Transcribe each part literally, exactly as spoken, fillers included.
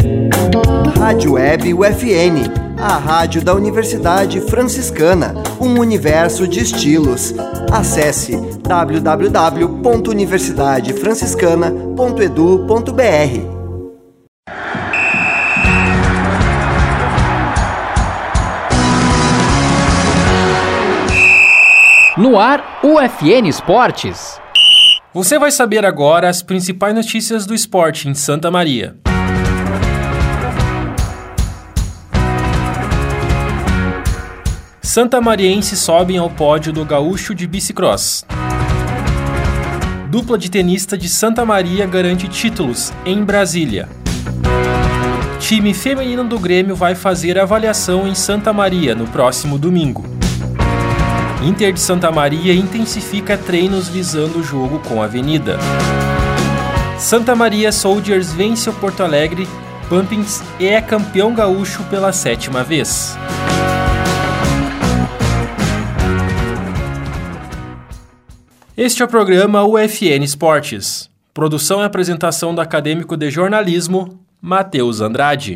Rádio Web U F N, a rádio da Universidade Franciscana, um universo de estilos. Acesse w w w ponto universidade franciscana ponto e d u ponto b r. No ar, U F N Esportes. Você vai saber agora as principais notícias do esporte em Santa Maria. Santamarienses sobem ao pódio do Gaúcho de Bicicross. Dupla de tenista de Santa Maria garante títulos em Brasília. Time feminino do Grêmio vai fazer avaliação em Santa Maria no próximo domingo. Inter de Santa Maria intensifica treinos visando o jogo com a Avenida. Santa Maria Soldiers vence o Porto Alegre Pumpkins e é campeão gaúcho pela sétima vez. Este é o programa U F N Esportes. Produção e apresentação do acadêmico de jornalismo, Matheus Andrade.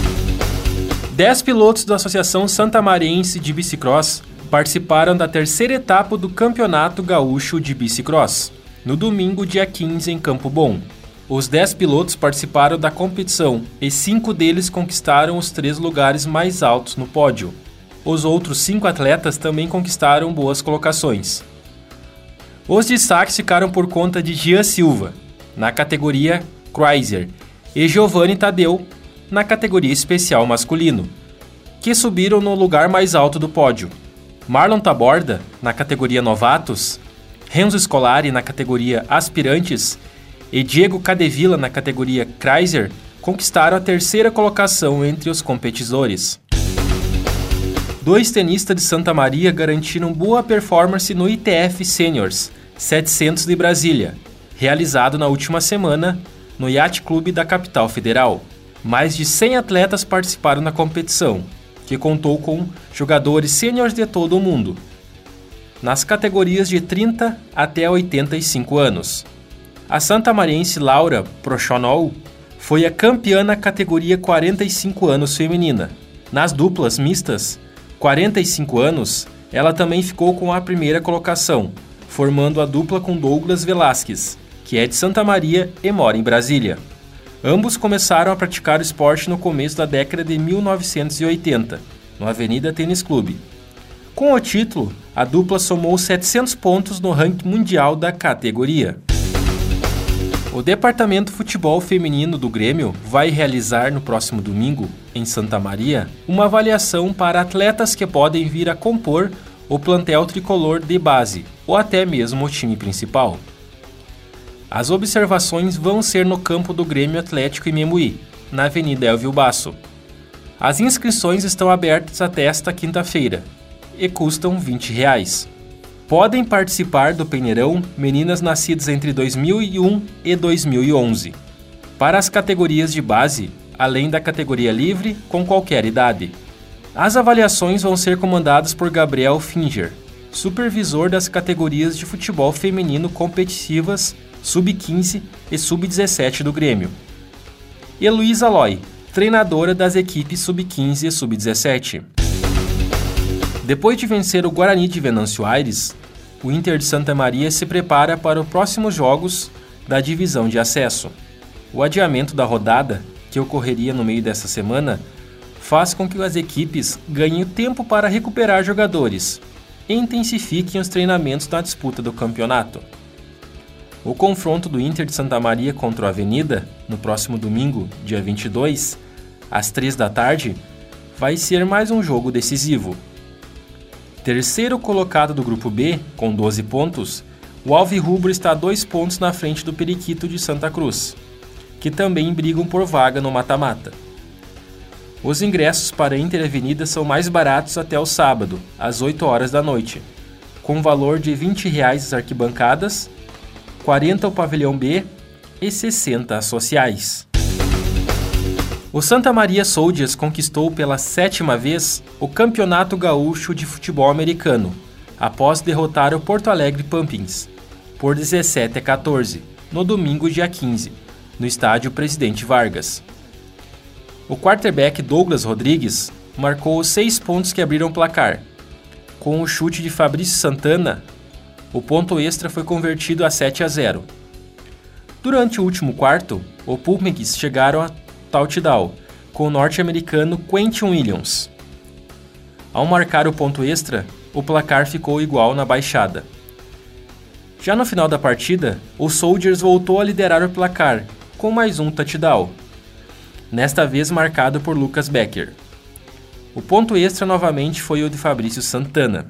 Dez pilotos da Associação Santamariense de Bicicross participaram da terceira etapa do Campeonato Gaúcho de Bicicross, no domingo, dia quinze, em Campo Bom. Os dez pilotos participaram da competição e cinco deles conquistaram os três lugares mais altos no pódio. Os outros cinco atletas também conquistaram boas colocações. Os destaques ficaram por conta de Gian Silva, na categoria Cruiser, e Giovanni Tadeu, na categoria especial masculino, que subiram no lugar mais alto do pódio. Marlon Taborda, na categoria Novatos, Renzo Scolari, na categoria Aspirantes, e Diego Cadevilla, na categoria Cruiser, conquistaram a terceira colocação entre os competidores. Dois tenistas de Santa Maria garantiram boa performance no I T F Seniors setecentos de Brasília, realizado na última semana no Yacht Club da capital federal. Mais de cem atletas participaram na competição, que contou com jogadores sêniores de todo o mundo, nas categorias de trinta até oitenta e cinco anos. A santamariense Laura Prochonol foi a campeã na categoria quarenta e cinco anos feminina. Nas duplas mistas, quarenta e cinco anos, ela também ficou com a primeira colocação, formando a dupla com Douglas Velasquez, que é de Santa Maria e mora em Brasília. Ambos começaram a praticar o esporte no começo da década de mil novecentos e oitenta, no Avenida Tênis Clube. Com o título, a dupla somou setecentos pontos no ranking mundial da categoria. O Departamento Futebol Feminino do Grêmio vai realizar no próximo domingo, em Santa Maria, uma avaliação para atletas que podem vir a compor o plantel tricolor de base, ou até mesmo o time principal. As observações vão ser no campo do Grêmio Atlético em Memoí, na Avenida Elvio Basso. As inscrições estão abertas até esta quinta-feira e custam vinte reais. Podem participar do Peneirão meninas nascidas entre dois mil e um e dois mil e onze. Para as categorias de base, além da categoria livre, com qualquer idade. As avaliações vão ser comandadas por Gabriel Finger, supervisor das categorias de futebol feminino competitivas sub quinze e sub dezessete do Grêmio, e Luísa Aloy, treinadora das equipes sub quinze e sub dezessete. Depois de vencer o Guarani de Venâncio Aires, o Inter de Santa Maria se prepara para os próximos jogos da divisão de acesso. O adiamento da rodada, que ocorreria no meio dessa semana, faz com que as equipes ganhem tempo para recuperar jogadores e intensifiquem os treinamentos na disputa do campeonato. O confronto do Inter de Santa Maria contra o Avenida, no próximo domingo, dia vinte e dois, às três da tarde, vai ser mais um jogo decisivo. Terceiro colocado do Grupo B, com doze pontos, o Alvirrubro está a dois pontos na frente do Periquito de Santa Cruz, que também brigam por vaga no mata-mata. Os ingressos para Inter e Avenida são mais baratos até o sábado, às oito horas da noite, com valor de vinte reais as arquibancadas, quarenta o pavilhão B e sessenta as sociais. O Santa Maria Soldiers conquistou pela sétima vez o Campeonato Gaúcho de Futebol Americano, após derrotar o Porto Alegre Pumpkins por dezessete a quatorze, no domingo dia quinze, no estádio Presidente Vargas. O quarterback Douglas Rodrigues marcou os seis pontos que abriram o placar. Com o chute de Fabrício Santana, o ponto extra foi convertido a sete a zero. Durante o último quarto, os Pulpmix chegaram a touchdown com o norte-americano Quentin Williams. Ao marcar o ponto extra, o placar ficou igual na baixada. Já no final da partida, o Soldiers voltou a liderar o placar, com mais um touchdown, nesta vez marcado por Lucas Becker. O ponto extra novamente foi o de Fabrício Santana.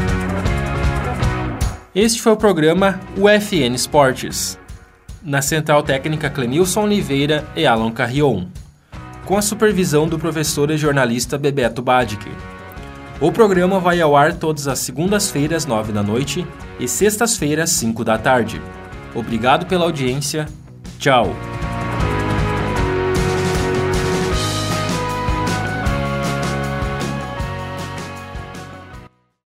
Este foi o programa U F N Esportes. Na Central Técnica Clenilson Oliveira e Alan Carrion, com a supervisão do professor e jornalista Bebeto Badic. O programa vai ao ar todas as segundas-feiras, nove da noite, e sextas-feiras, cinco da tarde. Obrigado pela audiência. Tchau!